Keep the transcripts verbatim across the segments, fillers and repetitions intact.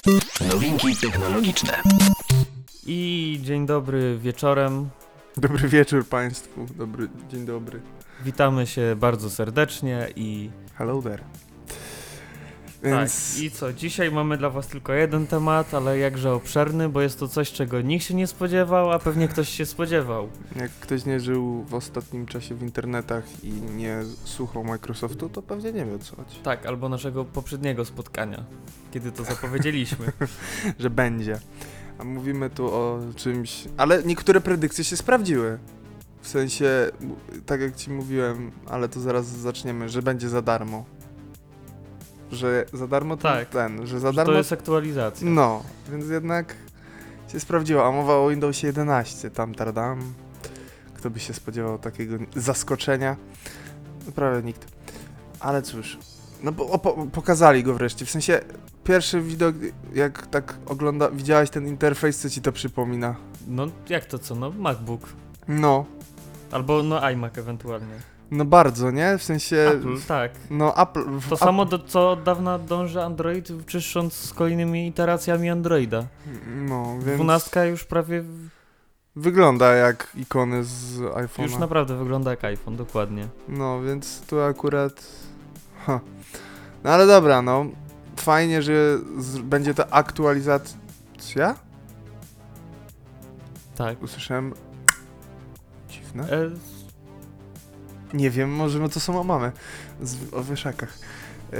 Nowinki technologiczne. I dzień dobry wieczorem. Dobry wieczór Państwu, dobry, dzień dobry. Witamy się bardzo serdecznie i... Hello there. Więc... Tak, i co? Dzisiaj mamy dla was tylko jeden temat, ale jakże obszerny, bo jest to coś, czego nikt się nie spodziewał, a pewnie ktoś się spodziewał. Jak ktoś nie żył w ostatnim czasie w internetach i nie słuchał Microsoftu, to pewnie nie wie o co chodzi. Tak, albo naszego poprzedniego spotkania, kiedy to zapowiedzieliśmy. Że będzie. A mówimy tu o czymś... Ale niektóre predykcje się sprawdziły. W sensie, tak jak ci mówiłem, ale to zaraz zaczniemy, że będzie za darmo. Że za darmo to Tak, ten, że za Że darmo... to jest aktualizacja. No, więc jednak się sprawdziło. A mowa o Windowsie jedenaście, tam tardam. Kto by się spodziewał takiego zaskoczenia? No, prawie nikt. Ale cóż, no bo opo- pokazali go wreszcie. W sensie, pierwszy widok, jak tak ogląda, widziałeś ten interfejs, co ci to przypomina? No jak to co? No MacBook. No, Albo no iMac ewentualnie. no bardzo, nie? W sensie... Apple, tak. No Apple... w To Apple- samo, do, co od dawna dąży Android, czyszcząc z kolejnymi iteracjami Androida. No, więc... Dwunastka już prawie... w- Wygląda jak ikony z iPhone'a. Już naprawdę wygląda jak iPhone, dokładnie. No, więc tu akurat... Ha. No ale dobra, no. Fajnie, że z- będzie ta aktualizacja. Tak. Usłyszałem... Dziwne. E, Nie wiem, może no to samo mamy. Z, o wieszakach. Yy...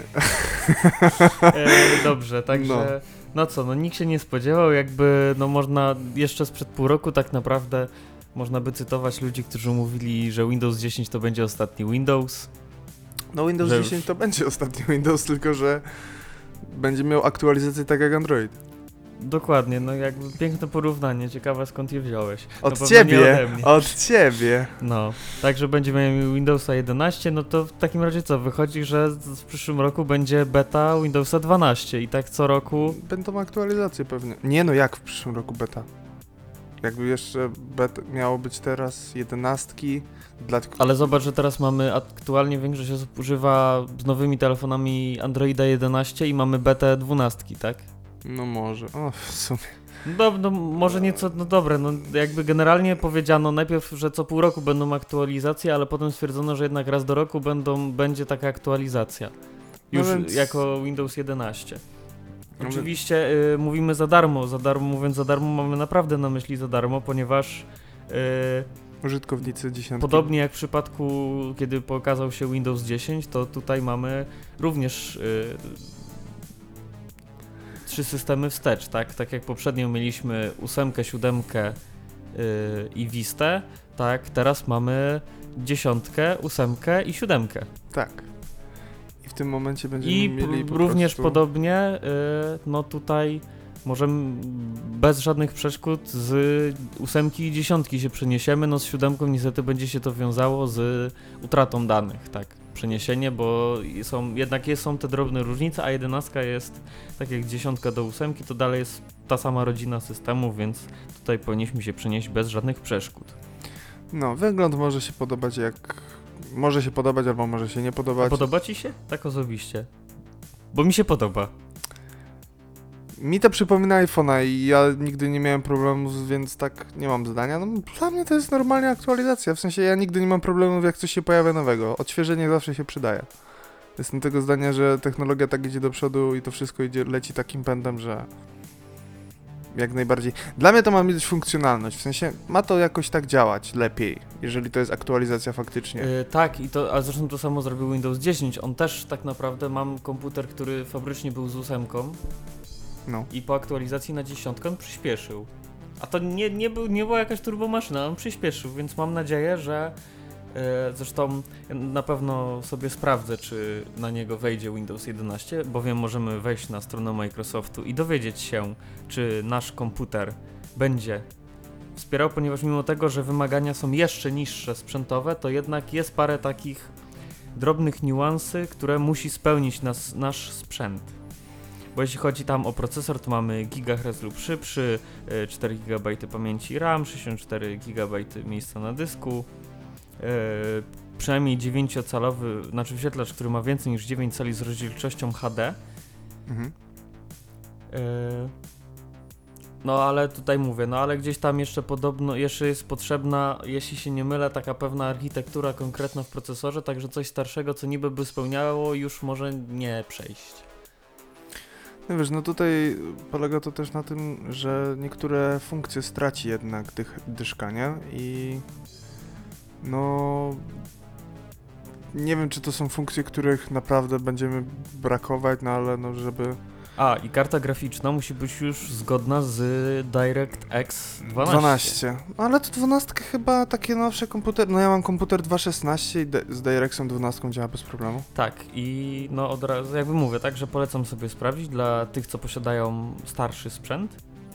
e, dobrze, także... No. no co, no nikt się nie spodziewał, jakby, no można jeszcze sprzed pół roku tak naprawdę można by cytować ludzi, którzy mówili, że Windows dziesięć to będzie ostatni Windows. No Windows Że dziesięć już- to będzie ostatni Windows, tylko że będzie miał aktualizację tak jak Android. Dokładnie, no jakby piękne porównanie, ciekawe skąd je wziąłeś. Od pewno nie ciebie! ode mnie. Od ciebie! No, także będziemy mieli Windowsa jedenaście, no to w takim razie co, wychodzi, że z- w przyszłym roku będzie beta Windowsa dwanaście i tak co roku... Będą aktualizacje pewnie. Nie no, jak w przyszłym roku beta? Jakby jeszcze beta miało być teraz jedenastki dla... Ale zobacz, że teraz mamy aktualnie większość osób używa z nowymi telefonami Androida jedenaście i mamy betę dwunastki, tak? No może, o w sumie. No, dob- no może nieco, no dobre, no jakby generalnie powiedziano najpierw, że co pół roku będą aktualizacje, ale potem stwierdzono, że jednak raz do roku będą, będzie taka aktualizacja. No Już więc- jako Windows jedenaście. No więc- Oczywiście y, mówimy za darmo, za darmo mówiąc za darmo mamy naprawdę na myśli za darmo, ponieważ y, Użytkownicy dziesiątki. podobnie jak w przypadku, kiedy pokazał się Windows dziesięć, to tutaj mamy również y, trzy systemy wstecz, tak? Tak jak poprzednio mieliśmy ósemkę, siódemkę y, i Vistę, tak? Teraz mamy dziesiątkę, ósemkę i siódemkę. Tak. I w tym momencie będziemy I mieli p- po również prostu... podobnie, y, no tutaj możemy bez żadnych przeszkód z ósemki i dziesiątki się przeniesiemy, no z siódemką niestety będzie się to wiązało z utratą danych, tak, przeniesienie, bo są, jednak jest, są te drobne różnice, a jedenastka jest, tak jak dziesiątka do ósemki, to dalej jest ta sama rodzina systemów, więc tutaj powinniśmy się przenieść bez żadnych przeszkód. No, wygląd może się podobać jak... Może się podobać albo może się nie A podobać. podoba ci się? Tak osobiście. Bo mi się podoba. Mi to przypomina iPhone'a i ja nigdy nie miałem problemów, więc tak nie mam zdania. No, dla mnie to jest normalnie aktualizacja. W sensie ja nigdy nie mam problemów, jak coś się pojawia nowego. Odświeżenie zawsze się przydaje. Jestem tego zdania, że technologia tak idzie do przodu i to wszystko idzie, leci takim pędem, że jak najbardziej. Dla mnie to ma mieć funkcjonalność. W sensie ma to jakoś tak działać lepiej, jeżeli to jest aktualizacja faktycznie. Yy, tak, i to, a zresztą to samo zrobił Windows dziesięć. On też tak naprawdę, mam komputer, który fabrycznie był z ósemką No. i po aktualizacji na dziesiątkę on przyspieszył. A to nie, nie, był, nie była jakaś turbomaszyna, on przyspieszył, więc mam nadzieję, że yy, zresztą ja na pewno sobie sprawdzę, czy na niego wejdzie Windows jedenaście, bowiem możemy wejść na stronę Microsoftu i dowiedzieć się, czy nasz komputer będzie wspierał, ponieważ mimo tego, że wymagania są jeszcze niższe sprzętowe, to jednak jest parę takich drobnych niuansy, które musi spełnić nas, nasz sprzęt. Bo jeśli chodzi tam o procesor, to mamy gigahertz lub szybszy, cztery gigabajty pamięci RAM, sześćdziesiąt cztery gigabajty miejsca na dysku, yy, przynajmniej dziewięciocalowy, znaczy wyświetlacz, który ma więcej niż dziewięć cali z rozdzielczością H D. Mhm. Yy, No ale tutaj mówię, no ale gdzieś tam jeszcze podobno, jeszcze jest potrzebna, jeśli się nie mylę, taka pewna architektura konkretna w procesorze, także coś starszego, co niby by spełniało, już może nie przejść. No wiesz, no tutaj polega to też na tym, że niektóre funkcje straci jednak dych, dyszka, nie? I no nie wiem, czy to są funkcje, których naprawdę będziemy brakować, no ale no żeby... A, i karta graficzna musi być już zgodna z DirectX dwanaście. dwanaście. No ale to dwanaście chyba takie nowsze komputery. No ja mam komputer dwieście szesnaście i de- z DirectXem dwanaście działa bez problemu. Tak, i no od razu, jakby mówię, tak, że polecam sobie sprawdzić dla tych, co posiadają starszy sprzęt.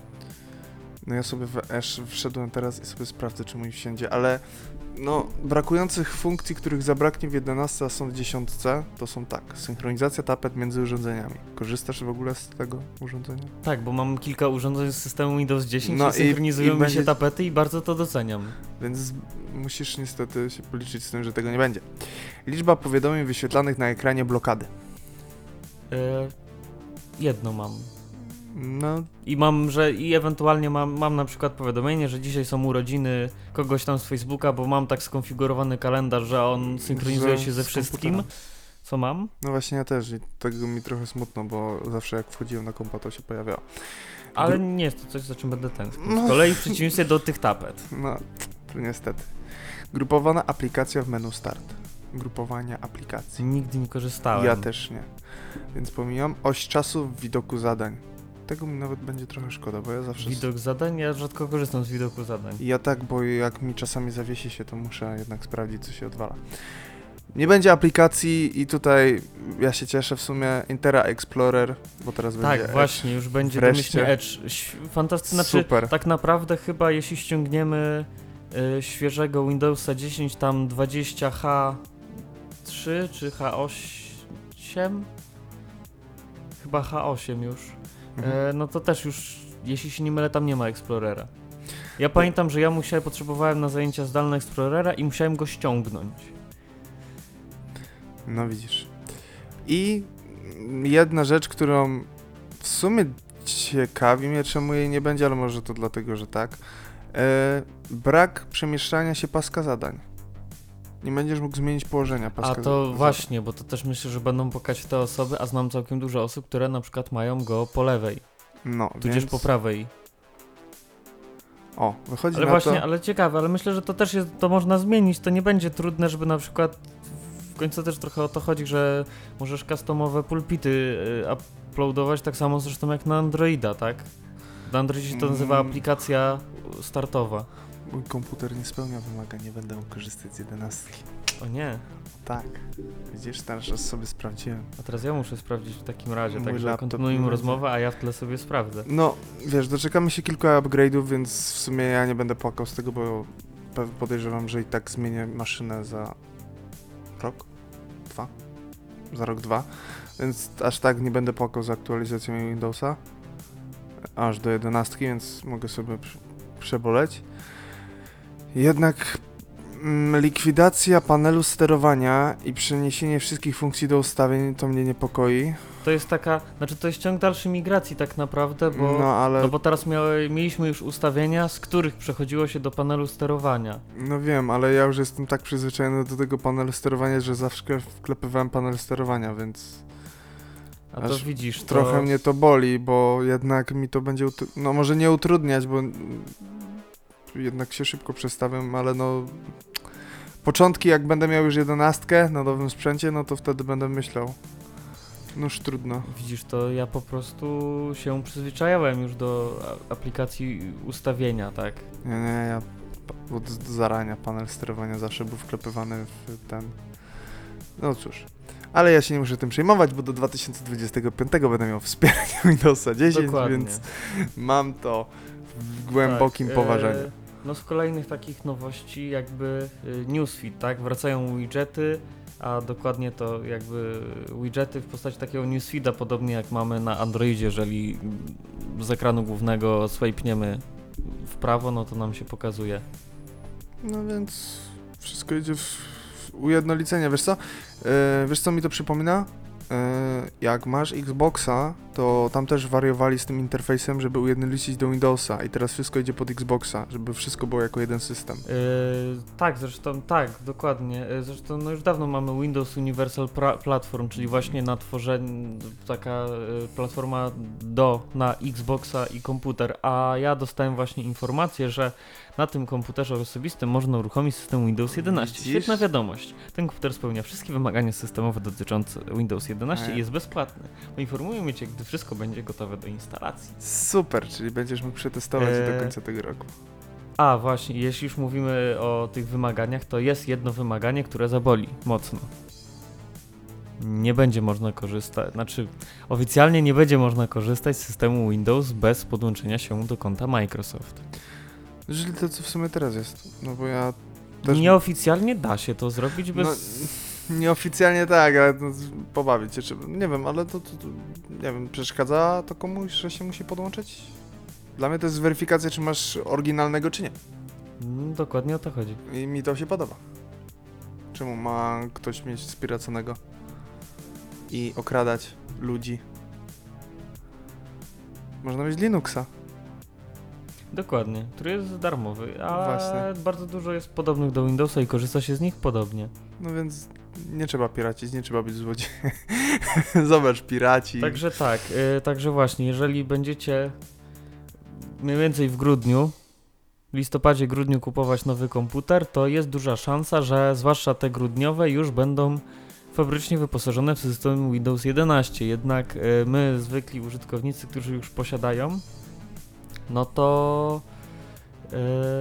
No ja sobie w Ash wszedłem teraz i sobie sprawdzę, czy mój wsiądzie, ale no brakujących funkcji, których zabraknie w jedenastce, a są w dziesiątce, to są tak. Synchronizacja tapet między urządzeniami. Korzystasz w ogóle z tego urządzenia? Tak, bo mam kilka urządzeń z systemu Windows dziesięć, No no i- synchronizują i mi będzie- się tapety i bardzo to doceniam. Więc musisz niestety się policzyć z tym, że tego nie będzie. Liczba powiadomień wyświetlanych na ekranie blokady. Yy, jedno mam. No, I mam, że i ewentualnie mam, mam na przykład powiadomienie, że dzisiaj są urodziny kogoś tam z Facebooka, bo mam tak skonfigurowany kalendarz, że on synchronizuje Że się ze z wszystkim, komputera. co mam. no właśnie ja też i tego mi trochę smutno, bo zawsze jak wchodziłem na kompa, to się pojawiało. Ale Gru- nie jest to coś, za czym będę tęsknił. No. Z kolei w przeciwieństwie do tych tapet. No, to niestety. Grupowana aplikacja w menu start. Grupowania aplikacji. Nigdy nie korzystałem. Ja też nie. Więc pomijam. Oś czasu w widoku zadań. Tego mi nawet będzie trochę szkoda, bo ja zawsze... Widok zadań? Ja rzadko korzystam z widoku zadań. Ja tak, bo jak mi czasami zawiesi się, to muszę jednak sprawdzić, co się odwala. Nie będzie aplikacji i tutaj ja się cieszę w sumie. Intera Explorer, bo teraz będzie Tak, Edge. właśnie, już będzie Wreszcie. domyślnie Edge. Fantastyczne, znaczy Super. tak naprawdę chyba jeśli ściągniemy y, świeżego Windowsa dziesięć, tam dwadzieścia H trzy czy H osiem? Chyba H osiem już. Mhm. E, no to też już, jeśli się nie mylę, tam nie ma Explorera. Ja pamiętam, że ja musiałem, potrzebowałem na zajęcia zdalne Explorera i musiałem go ściągnąć. No widzisz. I jedna rzecz, którą w sumie ciekawi mnie, czemu jej nie będzie, ale może to dlatego, że tak. E, brak przemieszczania się paska zadań. Nie będziesz mógł zmienić położenia paska A za- to zadań. właśnie, bo to też myślę, że będą pokazać te osoby, a znam całkiem dużo osób, które na przykład mają go po lewej, No, tudzież więc... po prawej. O, wychodzi Ale na właśnie, to... ale ciekawe, ale myślę, że to też jest, to można zmienić, to nie będzie trudne, żeby na przykład, w końcu też trochę o to chodzi, że możesz customowe pulpity y, uploadować, tak samo zresztą jak na Androida, tak? Na Androidzie się to nazywa Mm. aplikacja startowa. Mój komputer nie spełnia wymagań, nie będę mógł korzystać z jedenastki. O nie, Tak. Widzisz, teraz raz sobie sprawdziłem. a teraz ja muszę sprawdzić w takim razie, Mój także laptop kontynuujmy nie rozmowę, a ja w tle sobie sprawdzę. No, wiesz, doczekamy się kilku upgrade'ów, więc w sumie ja nie będę płakał z tego, bo pe- podejrzewam, że i tak zmienię maszynę za rok, dwa, za rok, dwa, więc aż tak nie będę płakał za aktualizacją Windowsa, aż do jedenastki, więc mogę sobie prze- przeboleć. Jednak mm, likwidacja panelu sterowania i przeniesienie wszystkich funkcji do ustawień to mnie niepokoi. To jest taka, znaczy to jest ciąg dalszy migracji tak naprawdę, bo... No ale, No bo teraz miały, mieliśmy już ustawienia, z których przechodziło się do panelu sterowania. no wiem, ale ja już jestem tak przyzwyczajony do tego panelu sterowania, że zawsze wklepywałem panel sterowania, więc A to Aż widzisz, to... trochę mnie to boli, bo jednak mi to będzie, utru- no może nie utrudniać, bo mm, jednak się szybko przestawiam, ale no początki jak będę miał już jedenastkę na nowym sprzęcie, no to wtedy będę myślał. Noż trudno. Widzisz, to ja po prostu się przyzwyczajałem już do a- aplikacji ustawienia, tak? Nie, nie, ja pa- od zarania panel sterowania zawsze był wklepywany w ten... No cóż. Ale ja się nie muszę tym przejmować, bo do dwa tysiące dwudziestego piątego będę miał wspieranie Windowsa dziesięć, Dokładnie. więc mam to w głębokim tak, poważaniu. E, no z kolejnych takich nowości jakby e, newsfeed, tak? Wracają widgety, a dokładnie to jakby widgety w postaci takiego newsfeeda, podobnie jak mamy na Androidzie, jeżeli z ekranu głównego swipniemy w prawo, no to nam się pokazuje. No więc wszystko idzie w w ujednolicenie. Wiesz co? Yy, wiesz co mi to przypomina? jak masz Xboxa, to tam też wariowali z tym interfejsem, żeby ujednolicić do Windowsa i teraz wszystko idzie pod Xboxa, żeby wszystko było jako jeden system. Yy, tak, zresztą tak, dokładnie. Yy, Zresztą no już dawno mamy Windows Universal pra- Platform, czyli właśnie na tworzenie, taka yy, platforma do, na Xboxa i komputer, a ja dostałem właśnie informację, że na tym komputerze osobistym można uruchomić system Windows jedenaście. Widzisz? Świetna wiadomość. Ten komputer spełnia wszystkie wymagania systemowe dotyczące Windows jedenaście E. i jest bezpłatny. Poinformujemy Cię, gdy wszystko będzie gotowe do instalacji. Super, czyli będziesz mógł przetestować Eee. do końca tego roku. A właśnie, jeśli już mówimy o tych wymaganiach, to jest jedno wymaganie, które zaboli mocno. Nie będzie można korzystać, znaczy oficjalnie nie będzie można korzystać z systemu Windows bez podłączenia się do konta Microsoft. Czyli to co w sumie teraz jest, no bo ja też... Nieoficjalnie da się to zrobić bez... No, nieoficjalnie tak, ale to pobawić się trzeba. Nie wiem, ale to, to, to, nie wiem, przeszkadza to komuś, że się musi podłączyć? Dla mnie to jest weryfikacja, czy masz oryginalnego, czy nie. Mm, Dokładnie o to chodzi. I mi to się podoba. Czemu ma ktoś mieć spiraconego i okradać ludzi? Można mieć Linuxa. Dokładnie, który jest darmowy, a Właśnie. bardzo dużo jest podobnych do Windowsa i korzysta się z nich podobnie. No więc nie trzeba piracić, nie trzeba być złodziejem. Zobacz, piraci. Także tak, y, także właśnie, jeżeli będziecie mniej więcej w grudniu, w listopadzie, grudniu kupować nowy komputer, to jest duża szansa, że zwłaszcza te grudniowe już będą fabrycznie wyposażone w system Windows jedenaście. Jednak y, my, zwykli użytkownicy, którzy już posiadają, no to y,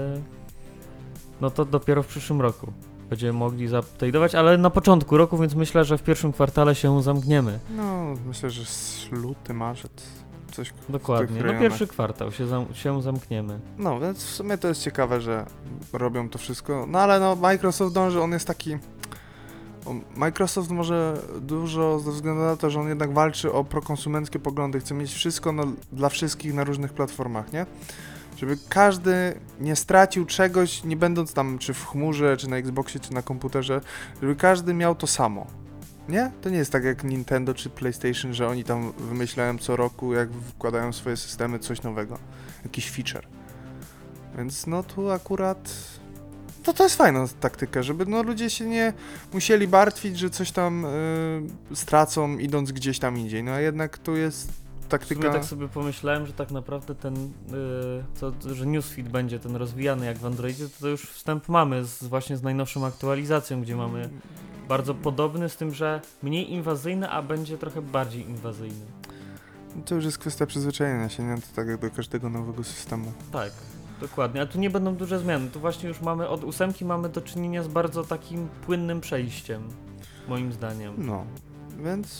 no to dopiero w przyszłym roku będziemy mogli zapdate'ować, ale na początku roku, więc myślę, że w pierwszym kwartale się zamkniemy. No, myślę, że z luty, marzec, coś w Dokładnie, tych no rejonach. pierwszy kwartał się, zam- się zamkniemy. No, więc w sumie to jest ciekawe, że robią to wszystko. No ale no, Microsoft dąży, on jest taki... o, Microsoft może dużo ze względu na to, że on jednak walczy o prokonsumenckie poglądy. Chce mieć wszystko no, dla wszystkich na różnych platformach, nie? Żeby każdy nie stracił czegoś, nie będąc tam czy w chmurze, czy na Xboxie, czy na komputerze, żeby każdy miał to samo. Nie? To nie jest tak jak Nintendo czy PlayStation, że oni tam wymyślają co roku, jak wkładają w swoje systemy coś nowego. Jakiś feature. Więc no tu akurat... To to jest fajna taktyka, żeby no ludzie się nie musieli martwić, że coś tam yy, stracą idąc gdzieś tam indziej. No a jednak tu jest W taktyka... sumie tak sobie pomyślałem, że tak naprawdę ten, yy, co, że newsfeed będzie ten rozwijany jak w Androidzie, to, to już wstęp mamy z, właśnie z najnowszą aktualizacją, gdzie mamy bardzo podobny, z tym, że mniej inwazyjny, a będzie trochę bardziej inwazyjny. To już jest kwestia przyzwyczajenia się, nie? To tak jak do każdego nowego systemu. Tak, dokładnie, ale tu nie będą duże zmiany, tu właśnie już mamy, od ósemki mamy do czynienia z bardzo takim płynnym przejściem, moim zdaniem. No, więc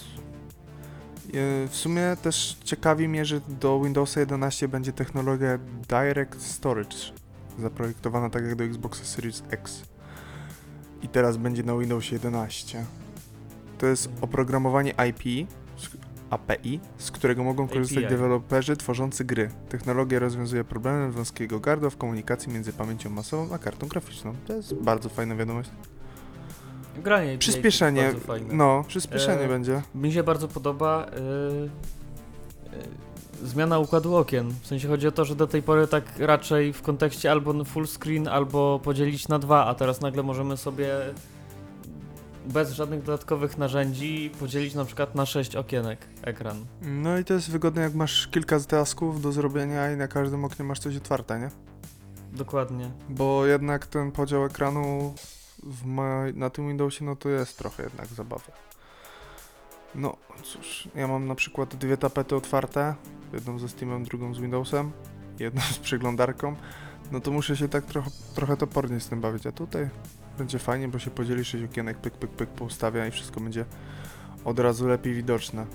yy, w sumie też ciekawi mnie, że do Windowsa jedenaście będzie technologia Direct Storage zaprojektowana tak jak do Xboxa Series X. I teraz będzie na Windowsie jedenaście. To jest oprogramowanie I P, A P I, z którego mogą korzystać A P I. deweloperzy tworzący gry. Technologia rozwiązuje problem wąskiego gardła w komunikacji między pamięcią masową a kartą graficzną. To jest bardzo fajna wiadomość. Granie A P I Przyspieszenie, jest bardzo fajne. no, przyspieszenie E, będzie. Mi się bardzo podoba yy, yy, zmiana układu okien. W sensie chodzi o to, że do tej pory tak raczej w kontekście albo full screen, albo podzielić na dwa, a teraz nagle możemy sobie bez żadnych dodatkowych narzędzi podzielić na przykład na sześć okienek ekran. No i to jest wygodne, jak masz kilka tasków do zrobienia i na każdym oknie masz coś otwarte, nie? Dokładnie. Bo jednak ten podział ekranu w ma- na tym Windowsie, no to jest trochę jednak zabawa. No cóż, ja mam na przykład dwie tapety otwarte, jedną ze Steamem, drugą z Windowsem, jedną z przeglądarką, no to muszę się tak trochę, trochę topornie z tym bawić, a tutaj będzie fajnie, bo się podzieli sześć okienek, pyk, pyk, pyk, poustawia i wszystko będzie od razu lepiej widoczne.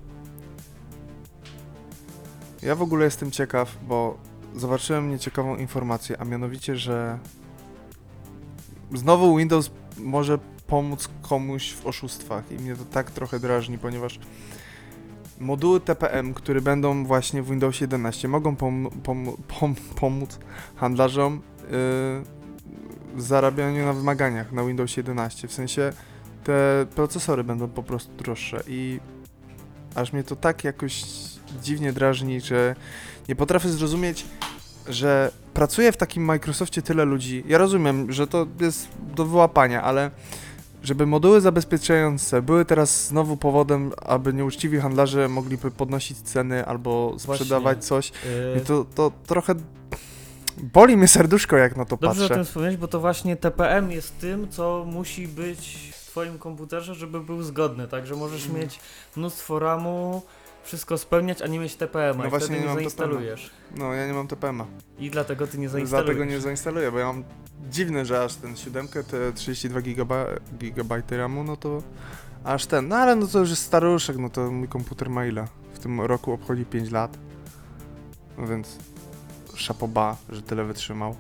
Ja w ogóle jestem ciekaw, bo zobaczyłem nieciekawą informację, a mianowicie, że znowu Windows może pomóc komuś w oszustwach i mnie to tak trochę drażni, ponieważ moduły T P M, które będą właśnie w Windowsie jedenaście, mogą pom- pom- pom- pomóc handlarzom yy, w zarabianiu na wymaganiach na Windowsie jedenaście. W sensie te procesory będą po prostu droższe i aż mnie to tak jakoś dziwnie drażni, że nie potrafię zrozumieć, że pracuje w takim Microsoftie tyle ludzi. Ja rozumiem, że to jest do wyłapania, ale żeby moduły zabezpieczające były teraz znowu powodem, aby nieuczciwi handlarze mogli podnosić ceny albo sprzedawać Właśnie, coś, Yy, i to, to trochę boli mnie serduszko, jak na to Dobrze o patrzę. tym wspomnieć, bo to właśnie T P M jest tym, co musi być w twoim komputerze, żeby był zgodny, tak? Że możesz Mm. mieć mnóstwo ramu, wszystko spełniać, a nie mieć T P M-a No i właśnie wtedy nie nie mam T P M-a. zainstalujesz. No, ja nie mam T P M-a. I dlatego ty nie zainstalujesz. Dlatego nie zainstaluję, bo ja mam dziwne, że aż ten siódemkę, te trzydzieści dwa gigabajty ramu, no to aż ten, no ale no to już jest staruszek, no to mój komputer ma ile? W tym roku obchodzi pięć lat, no więc szapoba, że tyle wytrzymał.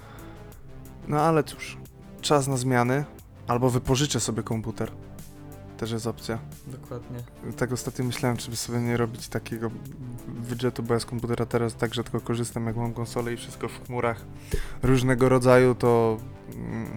No ale cóż, czas na zmiany, albo wypożyczę sobie komputer, też jest opcja. Dokładnie. Tak ostatnio myślałem, czy by sobie nie robić takiego widgetu, bo ja z komputera teraz tak rzadko korzystam, jak mam konsolę i wszystko w chmurach różnego rodzaju, to mm,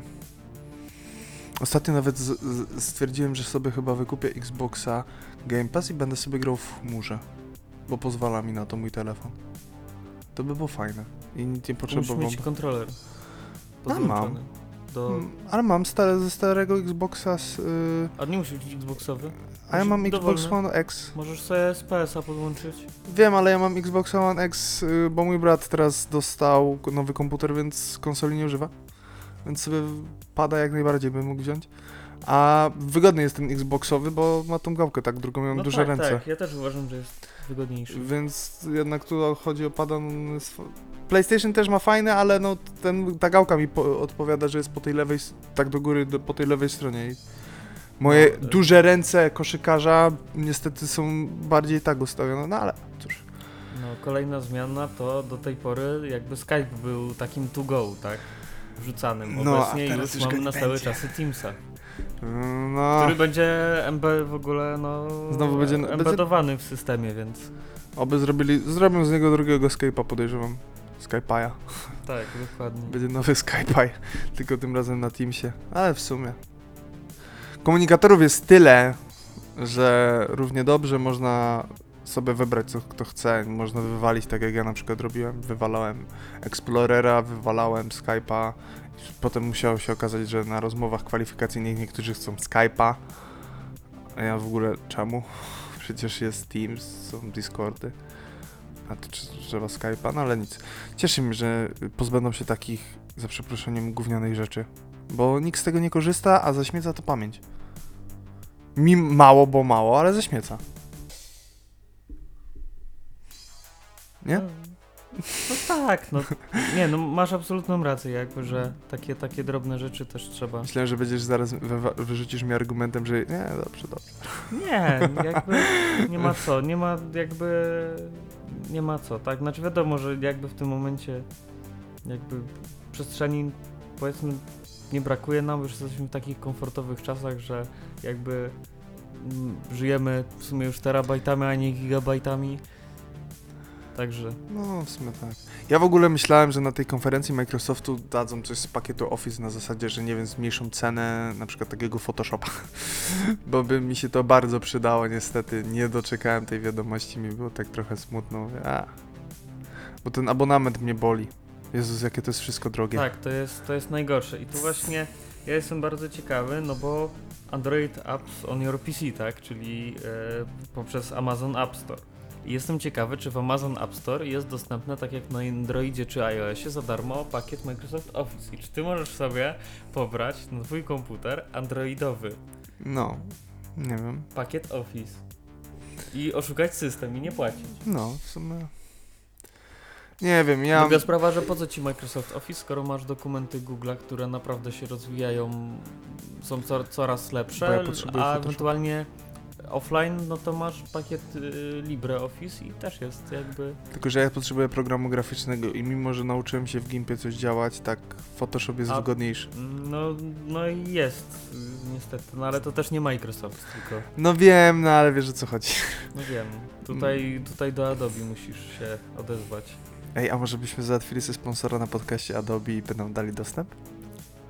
ostatnio nawet z, z, stwierdziłem, że sobie chyba wykupię Xboxa Game Pass i będę sobie grał w chmurze, bo pozwala mi na to mój telefon. To by było fajne i nic nie Musisz potrzebowałbym. mieć kontroler A, mam. podłączony do... Mm, ale mam stare, ze starego Xboxa, z, yy, A nie musi być Xboxowy. a ja mam Xbox Dowolny. One X. Możesz sobie z P S a podłączyć. Wiem, ale ja mam Xbox One X, y, bo mój brat teraz dostał nowy komputer, więc konsoli nie używa. Więc sobie pada jak najbardziej bym mógł wziąć. A wygodny jest ten Xboxowy, bo ma tą gałkę, tak, drugą mam No duże tak, ręce. tak, ja też uważam, że jest wygodniejszy. Więc jednak tu chodzi o pada... PlayStation też ma fajne, ale no ten, ta gałka mi po, odpowiada, że jest po tej lewej, s- tak do góry, do, po tej lewej stronie. I moje No, tak. duże ręce koszykarza niestety są bardziej tak ustawione, no ale cóż. No, kolejna zmiana to do tej pory jakby Skype był takim to go, tak? Wrzucanym. No, a Obecnie teraz już już go mamy nie na stałe będzie. czasy Teamsa, No, który będzie M B w ogóle, no... Znowu będzie- będzie- embedowany w systemie, więc... oby zrobili, zrobią z niego drugiego Skype'a, podejrzewam. Skype'a. Tak, dokładnie. Będzie nowy Skype'a, tylko tym razem na Teamsie. Ale w sumie. Komunikatorów jest tyle, że równie dobrze można sobie wybrać, co kto chce. Można wywalić, tak jak ja na przykład robiłem. Wywalałem Explorera, wywalałem Skype'a. Potem musiało się okazać, że na rozmowach kwalifikacyjnych niektórzy chcą Skype'a. A ja w ogóle czemu? Przecież jest Teams, są Discordy. A to czy- trzeba Skype'a? No ale nic. Cieszy mnie, że pozbędą się takich, za przeproszeniem, gównianych rzeczy. Bo nikt z tego nie korzysta, a zaśmieca to pamięć. Mi mało, bo mało, ale zaśmieca. Nie? No, no tak, no. Nie, no masz absolutną rację, jakby, że takie, takie drobne rzeczy też trzeba... Myślałem, że będziesz zaraz wywa- wyrzucisz mi argumentem, że nie, dobrze, dobrze. Nie, jakby nie ma co, nie ma jakby, nie ma co, tak? Znaczy wiadomo, że jakby w tym momencie jakby przestrzeni, powiedzmy, nie brakuje nam, już jesteśmy w takich komfortowych czasach, że jakby mm, żyjemy w sumie już terabajtami, a nie gigabajtami, także... No, w sumie tak. Ja w ogóle myślałem, że na tej konferencji Microsoftu dadzą coś z pakietu Office na zasadzie, że nie wiem, zmniejszą cenę na przykład takiego Photoshopa. Bo by mi się to bardzo przydało, niestety. Nie doczekałem tej wiadomości, mi było tak trochę smutno. Mówię, a. Bo ten abonament mnie boli. Jezus, jakie to jest wszystko drogie. Tak, to jest, to jest najgorsze i tu właśnie ja jestem bardzo ciekawy, no bo Android Apps on your P C, tak, czyli e, poprzez Amazon App Store. I jestem ciekawy, czy w Amazon App Store jest dostępne, tak jak na Androidzie czy iOSie, za darmo pakiet Microsoft Office. I czy ty możesz sobie pobrać na twój komputer androidowy No, nie wiem. pakiet Office i oszukać system i nie płacić. No, w sumie... Nie wiem, ja... Druga sprawa, że po co ci Microsoft Office, skoro masz dokumenty Google'a, które naprawdę się rozwijają, są co, coraz Bo lepsze, ja potrzebuję a Photoshop. ewentualnie offline, no to masz pakiet y, LibreOffice i też jest jakby... Tylko, że ja potrzebuję programu graficznego i mimo, że nauczyłem się w Gimpie coś działać, tak Photoshop jest A- wygodniejszy. No, no i jest, y, niestety, no ale to też nie Microsoft, tylko, No wiem, no ale wiesz o co chodzi. no wiem, tutaj, tutaj do Adobe musisz się odezwać. Ej, a może byśmy załatwili sobie sponsora na podcaście Adobe i by nam dali dostęp?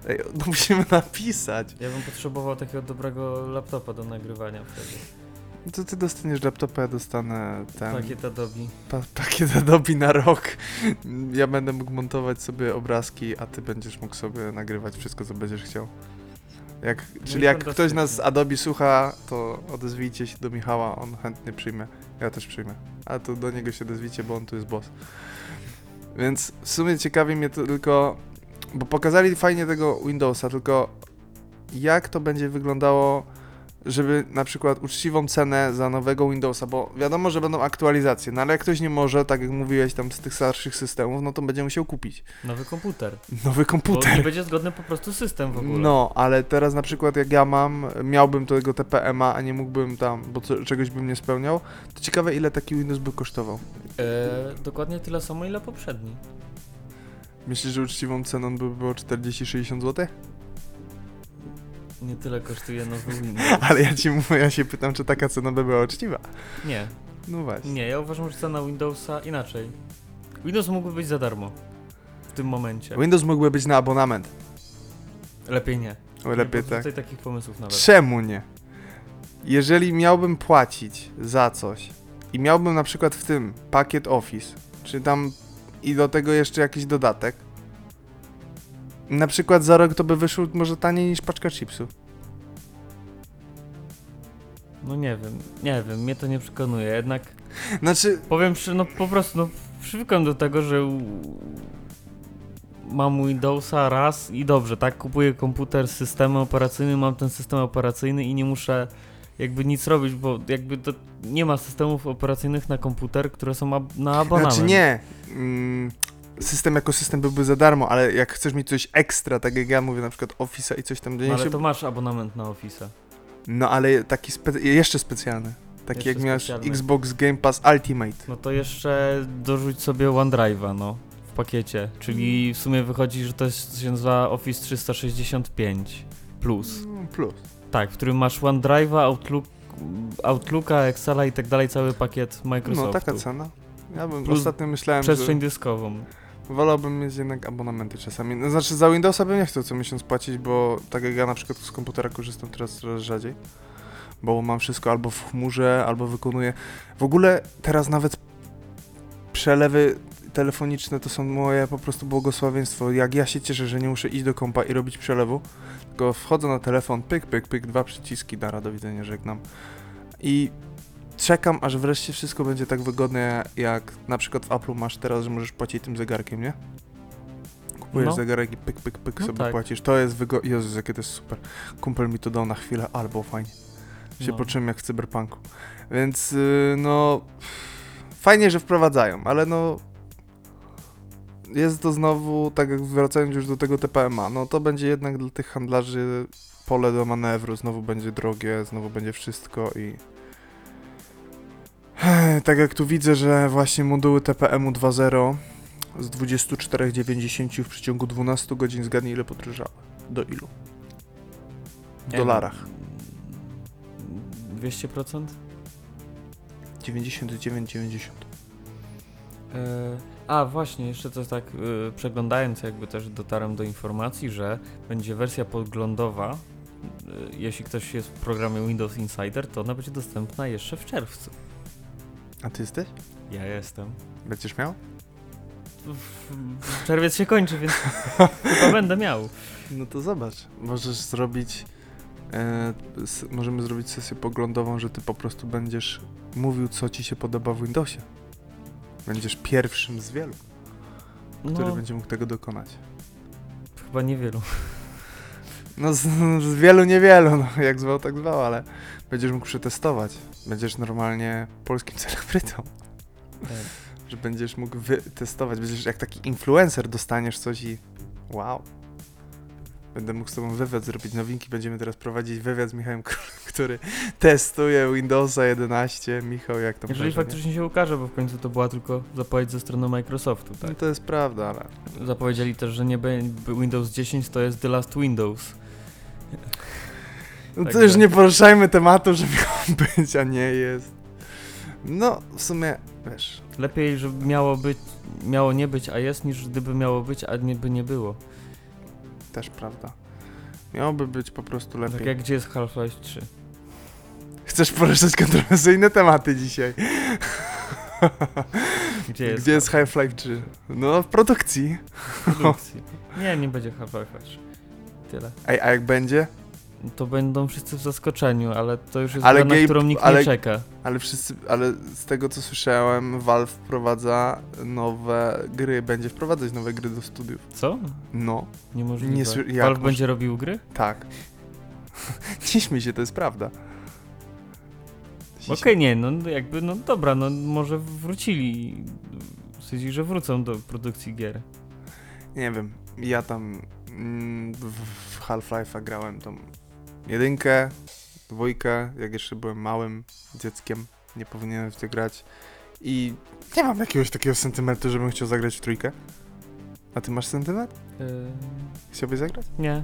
Ej, no musimy napisać. Ja bym potrzebował takiego dobrego laptopa do nagrywania wtedy. No to ty dostaniesz laptopa, ja dostanę ten... Pakiet Adobe. Pa- pakiet Adobe na rok. Ja będę mógł montować sobie obrazki, a ty będziesz mógł sobie nagrywać wszystko, co będziesz chciał. Jak, No czyli i jak ktoś fantastycznie. nas z Adobe słucha, to odezwijcie się do Michała, on chętnie przyjmie. Ja też przyjmę. A to do niego się odezwijcie, bo on tu jest boss. Więc w sumie ciekawi mnie to tylko, bo pokazali fajnie tego Windowsa, tylko jak to będzie wyglądało, żeby na przykład uczciwą cenę za nowego Windowsa, bo wiadomo, że będą aktualizacje, no ale jak ktoś nie może, tak jak mówiłeś tam z tych starszych systemów, no to będzie musiał kupić Nowy komputer. nowy Bo nie komputer. będzie zgodny po prostu system w ogóle. No, ale teraz na przykład jak ja mam, miałbym tego T P M-a, a nie mógłbym tam, bo co, czegoś bym nie spełniał, to ciekawe ile taki Windows by kosztował. E, dokładnie tyle samo, ile poprzedni. Myślisz, że uczciwą ceną by było czterdzieści sześćdziesiąt złotych? Nie tyle kosztuje nowy Windows. Ale ja ci mówię, ja się pytam, czy taka cena by była uczciwa. Nie, No właśnie. nie, ja uważam, że cena Windowsa inaczej. Windows mógłby być za darmo. W tym momencie. Windows mógłby być na abonament. Lepiej nie. O, lepiej nie tak. tutaj takich pomysłów nawet. Czemu nie? Jeżeli miałbym płacić za coś i miałbym na przykład w tym pakiet Office, czy tam i do tego jeszcze jakiś dodatek, na przykład za rok to by wyszło może taniej niż paczka chipsów. No nie wiem, nie wiem, mnie to nie przekonuje, jednak Znaczy, powiem szczerze, no po prostu, no przywykłem do tego, że u- mam Windowsa raz i dobrze, tak, kupuję komputer z systemem operacyjnym, mam ten system operacyjny i nie muszę jakby nic robić, bo jakby to nie ma systemów operacyjnych na komputer, które są ab- na abonament. znaczy nie. Mm, system jako system byłby za darmo, ale jak chcesz mieć coś ekstra, tak jak ja mówię, na przykład Office'a i coś tam, gdzie No, nie ale się... to masz abonament na Office'a. No ale taki spe... jeszcze specjalny. Taki Jeszcze jak miałeś specjalny. Xbox Game Pass Ultimate. No to jeszcze dorzuć sobie OneDrive'a, no, w pakiecie, czyli w sumie wychodzi, że to jest, się nazywa Office trzysta sześćdziesiąt pięć plus. Mm, Plus. Tak, w którym masz OneDrive'a, Outlook, Outlooka, Excela i tak dalej, cały pakiet Microsoftu. No taka cena. Ja bym Plus ostatnio myślałem, Przestrzeń że dyskową. wolałbym mieć jednak abonamenty czasami. No, znaczy za Windowsa bym nie chciał co miesiąc płacić, bo tak jak ja na przykład z komputera korzystam teraz coraz rzadziej. Bo mam wszystko albo w chmurze, albo wykonuję. W ogóle teraz nawet przelewy telefoniczne to są moje po prostu błogosławieństwo. Jak ja się cieszę, że nie muszę iść do kompa i robić przelewu, tylko wchodzę na telefon, pyk, pyk, pyk, dwa przyciski, nara, do widzenia, żegnam. I czekam, aż wreszcie wszystko będzie tak wygodne, jak na przykład w Apple'u masz teraz, że możesz płacić tym zegarkiem, nie? Kupujesz No. zegarek i pyk, pyk, pyk No sobie tak. płacisz. To jest wygodne. Jezus, jakie to jest super. Kumpel mi to dał na chwilę, albo fajnie. Się No. poczułem jak w cyberpunku. Więc yy, no... Fajnie, że wprowadzają, ale no... Jest to znowu, tak jak wracając już do tego T P M-a, no to będzie jednak dla tych handlarzy pole do manewru, znowu będzie drogie, znowu będzie wszystko i... Tak jak tu widzę, że właśnie moduły T P M-u dwa zero z dwadzieścia cztery dziewięćdziesiąt w przeciągu dwanaście godzin, zgadnij ile podrożały. Do ilu? W Nie dolarach. wiem, dwieście procent? dziewięćdziesiąt dziewięć dziewięćdziesiąt. E, a właśnie, jeszcze to tak e, przeglądając jakby też dotarłem do informacji, że będzie wersja podglądowa, e, jeśli ktoś jest w programie Windows Insider, to ona będzie dostępna jeszcze w czerwcu. A ty jesteś? Ja jestem. Będziesz miał? W, w czerwiec się kończy, więc chyba będę miał. No to zobacz. Możesz zrobić... E, s- możemy zrobić sesję poglądową, że ty po prostu będziesz mówił, co ci się podoba w Windowsie. Będziesz pierwszym z wielu, który No, będzie mógł tego dokonać. chyba niewielu. No z, z wielu niewielu, no jak zwał, tak zwał, ale będziesz mógł przetestować. Będziesz normalnie polskim celebrytą. Tak. Że będziesz mógł wytestować. Będziesz jak taki influencer, dostaniesz coś i wow. Będę mógł z tobą wywiad zrobić, nowinki. Będziemy teraz prowadzić wywiad z Michałem Królem, który testuje Windowsa jedenaście. Michał, jak tam Jeżeli wrażenie? faktycznie się ukaże, bo w końcu to była tylko zapowiedź ze strony Microsoftu, tak? No to jest prawda, ale... Zapowiedzieli też, że nie będzie Windows dziesięć to jest The Last Windows. No to Także- już nie poruszajmy tematu, że miał być, a nie jest. No, w sumie, wiesz... Lepiej, żeby miało być, miało nie być, a jest, niż gdyby miało być, a nie by nie było. Też prawda. Miałoby być po prostu lepiej. Tak jak gdzie jest Half-Life trzy? Chcesz poruszać kontrowersyjne tematy dzisiaj. Gdzie jest, Gdzie jest Half-Life trzy? No, w produkcji. produkcji? Nie, nie będzie Half-Life trzy. Tyle. Ej, a jak będzie? To będą wszyscy w zaskoczeniu, ale to już jest Ale gra, na Gabe- którą nikt ale- nie czeka. Ale wszyscy, ale z tego co słyszałem, Valve wprowadza nowe gry, będzie wprowadzać nowe gry do studiów. Co? No, Niemożliwe. Nie sły- jak Valve moż- będzie robił gry? tak. Nie śmiej się, to jest prawda. Okej, nie, no jakby, no dobra, no może wrócili. W sensie, że wrócą do produkcji gier. Nie wiem, ja tam mm, w, w Half-Life'a grałem tą jedynkę, dwójkę, jak jeszcze byłem małym dzieckiem, nie powinienem w to grać i nie mam jakiegoś takiego sentymentu, żebym chciał zagrać w trójkę. A ty masz sentyment? Yy, Chciałbyś zagrać? nie,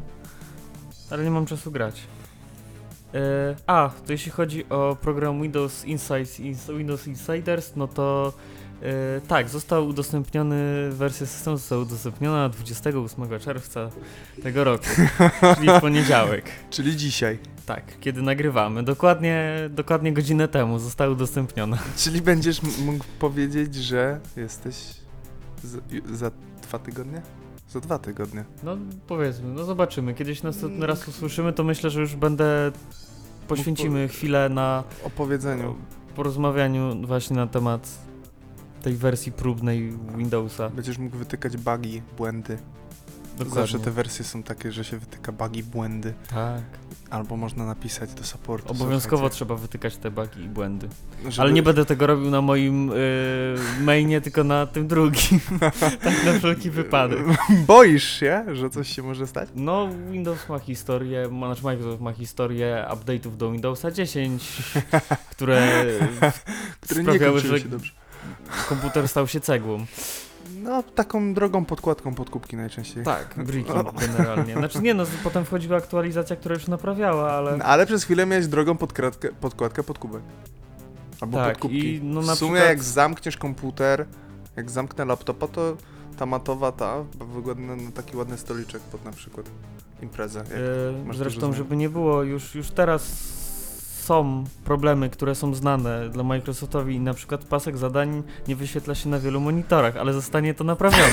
ale nie mam czasu grać. Yy, a, to jeśli chodzi o program Windows Insights, Ins- Windows Insiders, no to yy, tak, został udostępniony, wersja systemu została udostępniona dwudziestego ósmego czerwca tego roku, czyli w poniedziałek. Czyli dzisiaj. Tak, kiedy nagrywamy. Dokładnie, dokładnie godzinę temu została udostępniona. Czyli będziesz m- mógł powiedzieć, że jesteś z, ju- za dwa tygodnie? Za dwa tygodnie. No powiedzmy, no zobaczymy. Kiedyś następny raz usłyszymy, to myślę, że już będę... Poświęcimy chwilę na O powiedzeniu. porozmawianiu właśnie na temat tej wersji próbnej Windowsa. Będziesz mógł wytykać bugi, błędy. Dokładnie. Zawsze te wersje są takie, że się wytyka bugi, błędy. Tak. Albo można napisać do supportu. Obowiązkowo słuchajcie, trzeba wytykać te bugi i błędy. żeby- Ale nie będę tego robił na moim yy, mainie, tylko na tym drugim. Tak na wszelki wypadek. Boisz się, że coś się może stać? No, Windows ma historię, ma- znaczy Microsoft ma historię update'ów do Windowsa dziesięć, które Które nie sprawiały, kończyły że się dobrze. komputer stał się cegłą. No, taką drogą podkładką pod kubki najczęściej. Tak, brickiem generalnie. Znaczy nie no, potem wchodziła aktualizacja, która już naprawiała, ale... No, ale przez chwilę miałeś drogą podkradkę, podkładkę pod kubek. Albo Tak, pod kubki. i no na w sumie przykład- jak zamkniesz komputer, jak zamknę laptopa, to ta matowa ta wygląda na taki ładny stoliczek pod na przykład imprezę. Jak Yy, masz zresztą, dużo żeby nie było, już, już teraz są problemy, które są znane dla Microsoftowi i na przykład pasek zadań nie wyświetla się na wielu monitorach, ale zostanie to naprawione.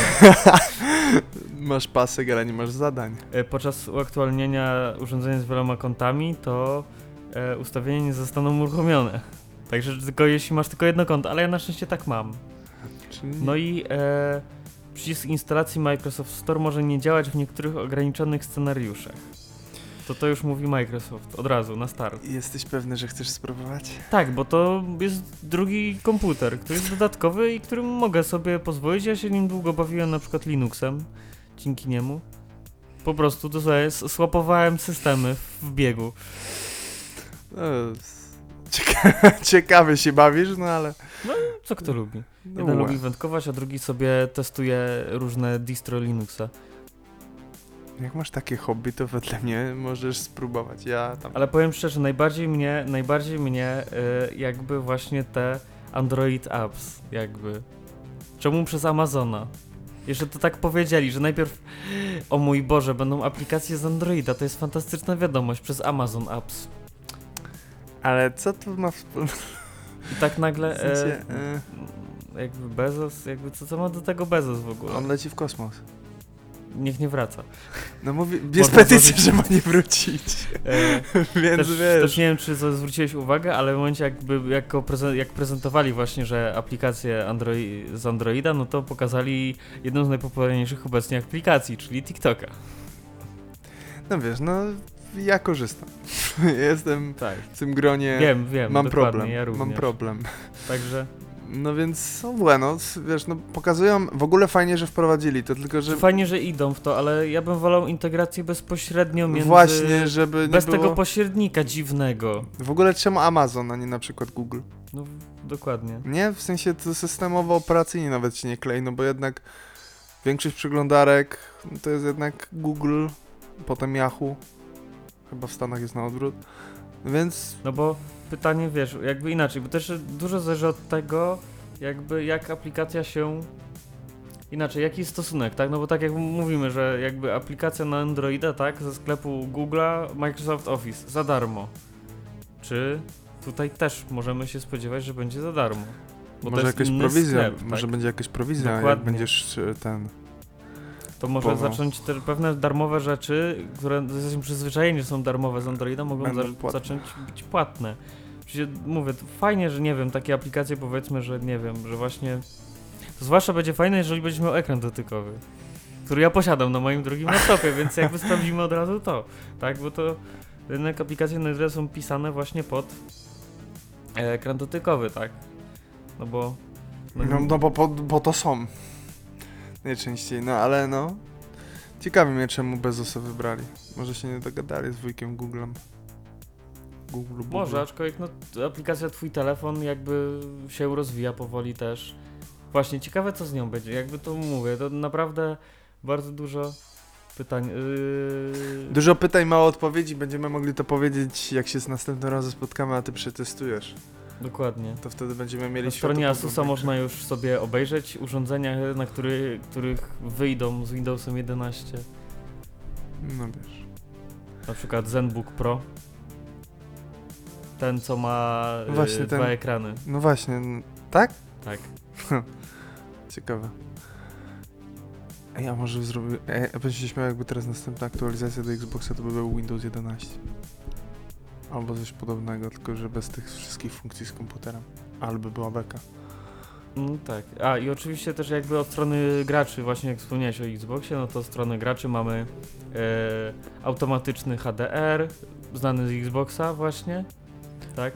Masz pasek, ale nie masz zadań. Yy, podczas uaktualnienia urządzenia z wieloma kontami, to yy, ustawienia nie zostaną uruchomione. Także tylko jeśli masz tylko jedno konto, ale ja na szczęście tak mam. Czyli No i e, przycisk instalacji Microsoft Store może nie działać w niektórych ograniczonych scenariuszach. To to już mówi Microsoft od razu, na start. Jesteś pewny, że chcesz spróbować? Tak, bo to jest drugi komputer, który jest dodatkowy i którym mogę sobie pozwolić. Ja się nim długo bawiłem na przykład Linuxem, dzięki niemu. Po prostu to sobie s- swapowałem systemy w biegu. No, cieka ciekawy się bawisz, no ale... Co kto lubi? No, Jeden ue. lubi wędkować, a drugi sobie testuje różne distro Linuxa. Jak masz takie hobby, to wedle mnie możesz spróbować. Ja tam... Ale powiem szczerze, najbardziej mnie, najbardziej mnie y, jakby właśnie te Android apps, jakby. Czemu przez Amazona? Jeszcze to tak powiedzieli, że najpierw o mój Boże, będą aplikacje z Androida, to jest fantastyczna wiadomość, przez Amazon Apps. Ale co to ma wspólnego? I tak nagle W sensie, e, e, jakby Bezos, jakby co, co ma do tego Bezos w ogóle? on leci w kosmos. Niech nie wraca. No mówi, jest Można petycja, złożyć- że ma nie wrócić. E, Więc Też, wiesz... też nie wiem, czy to zwróciłeś uwagę, ale w momencie jakby jako prezen- jak prezentowali właśnie, że aplikacje Androi- z Androida, no to pokazali jedną z najpopularniejszych obecnie aplikacji, czyli TikToka. No wiesz, no ja korzystam. Jestem Tak. w tym gronie... Wiem, wiem, mam dokładnie, problem, ja również. mam problem. Także No więc, no bueno, wiesz, no pokazują, w ogóle fajnie, że wprowadzili to, tylko że... fajnie, że idą w to, ale ja bym wolał integrację bezpośrednio między... Właśnie, żeby nie bez było... tego pośrednika dziwnego. W ogóle czemu Amazon, a nie na przykład Google? No, dokładnie. Nie, w sensie to systemowo operacyjnie nawet się nie klei, no bo jednak większość przeglądarek no to jest jednak Google, potem Yahoo, chyba w Stanach jest na odwrót, więc No bo pytanie, wiesz, jakby inaczej, bo też dużo zależy od tego, jakby jak aplikacja się inaczej, jaki jest stosunek, tak? No bo tak jak mówimy, że jakby aplikacja na Androida, tak, ze sklepu Google'a, Microsoft Office za darmo. Czy tutaj też możemy się spodziewać, że będzie za darmo? Bo może to jest jakaś inny prowizja, sklep, może tak? będzie jakaś prowizja, jak Dokładnie. będziesz y, ten... To może kupował. zacząć te pewne darmowe rzeczy, które jesteśmy przyzwyczajeni, że są darmowe z Androida, mogą Będą za- płatne. zacząć być płatne. Przecież mówię, to fajnie, że nie wiem, takie aplikacje powiedzmy, że nie wiem, że właśnie... To zwłaszcza będzie fajne, jeżeli będziesz miał ekran dotykowy, który ja posiadam na moim drugim laptopie, więc jakby sprawdzimy od razu to, tak? Bo to rynek aplikacje na Androida są pisane właśnie pod e, ekran dotykowy, tak? No bo... No, no bo, bo, bo to są. Najczęściej, no ale no... Ciekawi mnie, czemu Bezosa wybrali. Może się nie dogadali z wujkiem Googlem. Google, Google. Może, aczkolwiek no, t- aplikacja Twój telefon jakby się rozwija powoli też. Właśnie, ciekawe co z nią będzie, jakby to mówię, to naprawdę bardzo dużo pytań. Yy... Dużo pytań, mało odpowiedzi. Będziemy mogli to powiedzieć, jak się z następnym razem spotkamy, a ty przetestujesz. Dokładnie. To wtedy będziemy mieli Na stronie światopogląd. Asusa można już sobie obejrzeć urządzenia, na który, których wyjdą z Windowsem jedenaście. No wiesz. Na przykład ZenBook Pro. Ten co ma yy, Właśnie dwa ten. ekrany. No właśnie, n- tak? Tak. Ciekawe. Ej, a może zrobię... Ej, ja bym się śmiał, jakby teraz następna aktualizacja do Xboxa to by był Windows jedenaście. Albo coś podobnego, tylko że bez tych wszystkich funkcji z komputerem. Albo była beka. No tak. A i oczywiście też jakby od strony graczy, właśnie jak wspomniałeś o Xboxie, no to od strony graczy mamy e, automatyczny H D R, znany z Xboxa właśnie, tak?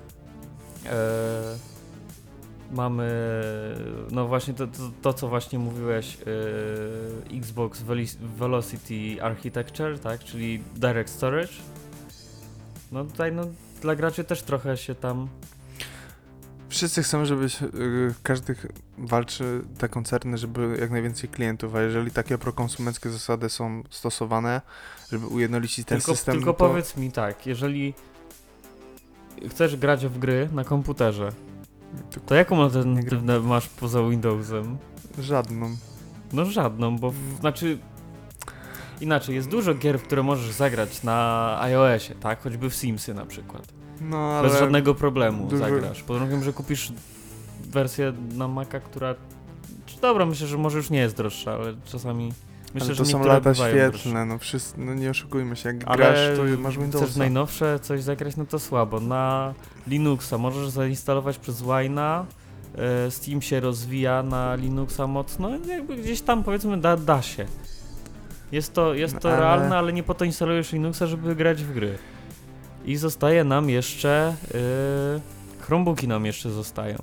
E, mamy, no właśnie to, to, to co właśnie mówiłeś, e, Xbox Veli- Velocity Architecture, tak? Czyli Direct Storage. No tutaj no dla graczy też trochę się tam Wszyscy chcą, żeby się, y, każdy ch- walczy, te koncerny, żeby jak najwięcej klientów, a jeżeli takie prokonsumenckie zasady są stosowane, żeby ujednolicić ten tylko, system, Tylko no to powiedz mi tak, jeżeli chcesz grać w gry na komputerze, to to jaką alternatywę masz poza Windowsem? żadną. No żadną, bo w, znaczy inaczej, jest dużo gier, w które możesz zagrać na iOSie, tak? Choćby w Simsy na przykład. No ale... Bez żadnego problemu dużo- zagrasz. Pod warunkiem, że kupisz wersję na Maca, która... Czy dobra, myślę, że może już nie jest droższa, ale czasami... Myślę, ale że to są niektóre lata bywają droższe. świetlne, no wszyscy, no nie oszukujmy się, jak Ale grasz, to masz Windowsa. chcesz najnowsze coś zagrać, no to słabo. Na Linuxa możesz zainstalować przez Wine'a, e, Steam się rozwija na Linuxa mocno, jakby gdzieś tam powiedzmy da, da się. Jest to, jest No, to ale- realne, ale nie po to instalujesz Linuxa, żeby grać w gry. I zostaje nam jeszcze... E, Chromebooki nam jeszcze zostają.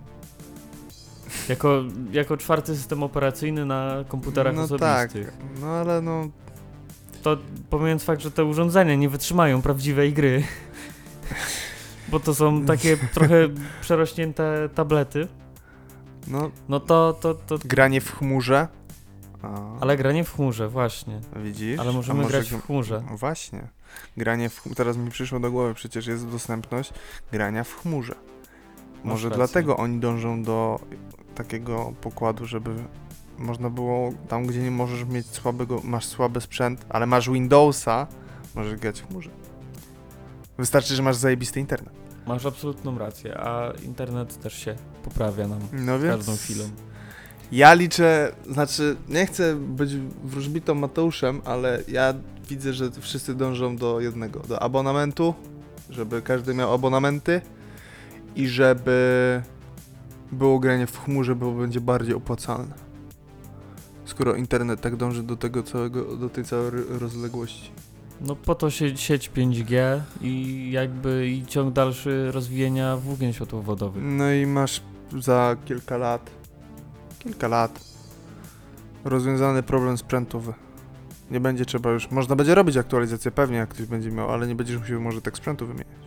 Jako, jako czwarty system operacyjny na komputerach No tak, osobistych. no ale no... To pomijając fakt, że te urządzenia nie wytrzymają prawdziwej gry, bo to są takie trochę przerośnięte tablety, no no to, to, to... granie w chmurze. A, Ale granie w chmurze, właśnie. widzisz? Ale A możemy może grać g- w chmurze. No właśnie. Granie w chmurze. Teraz mi przyszło do głowy, przecież jest dostępność grania w chmurze. Może rację. dlatego oni dążą do takiego pokładu, żeby można było tam, gdzie nie możesz mieć słabego, masz słaby sprzęt, ale masz Windowsa, możesz grać w chmurze. Wystarczy, że masz zajebisty internet. Masz absolutną rację, a internet też się poprawia nam No z więc każdą chwilą. ja liczę, znaczy nie chcę być wróżbitą Mateuszem, ale ja widzę, że wszyscy dążą do jednego, do abonamentu, żeby każdy miał abonamenty i żeby było granie w chmurze, bo będzie bardziej opłacalne. Skoro internet tak dąży do tego całego, do tej całej ro- rozległości. No po to się sieć pięć G i jakby i ciąg dalszy rozwijania włókien światłowodowych. No i masz za kilka lat, kilka lat rozwiązany problem sprzętowy. Nie będzie trzeba już, można będzie robić aktualizację pewnie, jak ktoś będzie miał, ale nie będziesz musiał może tak sprzętu wymieniać.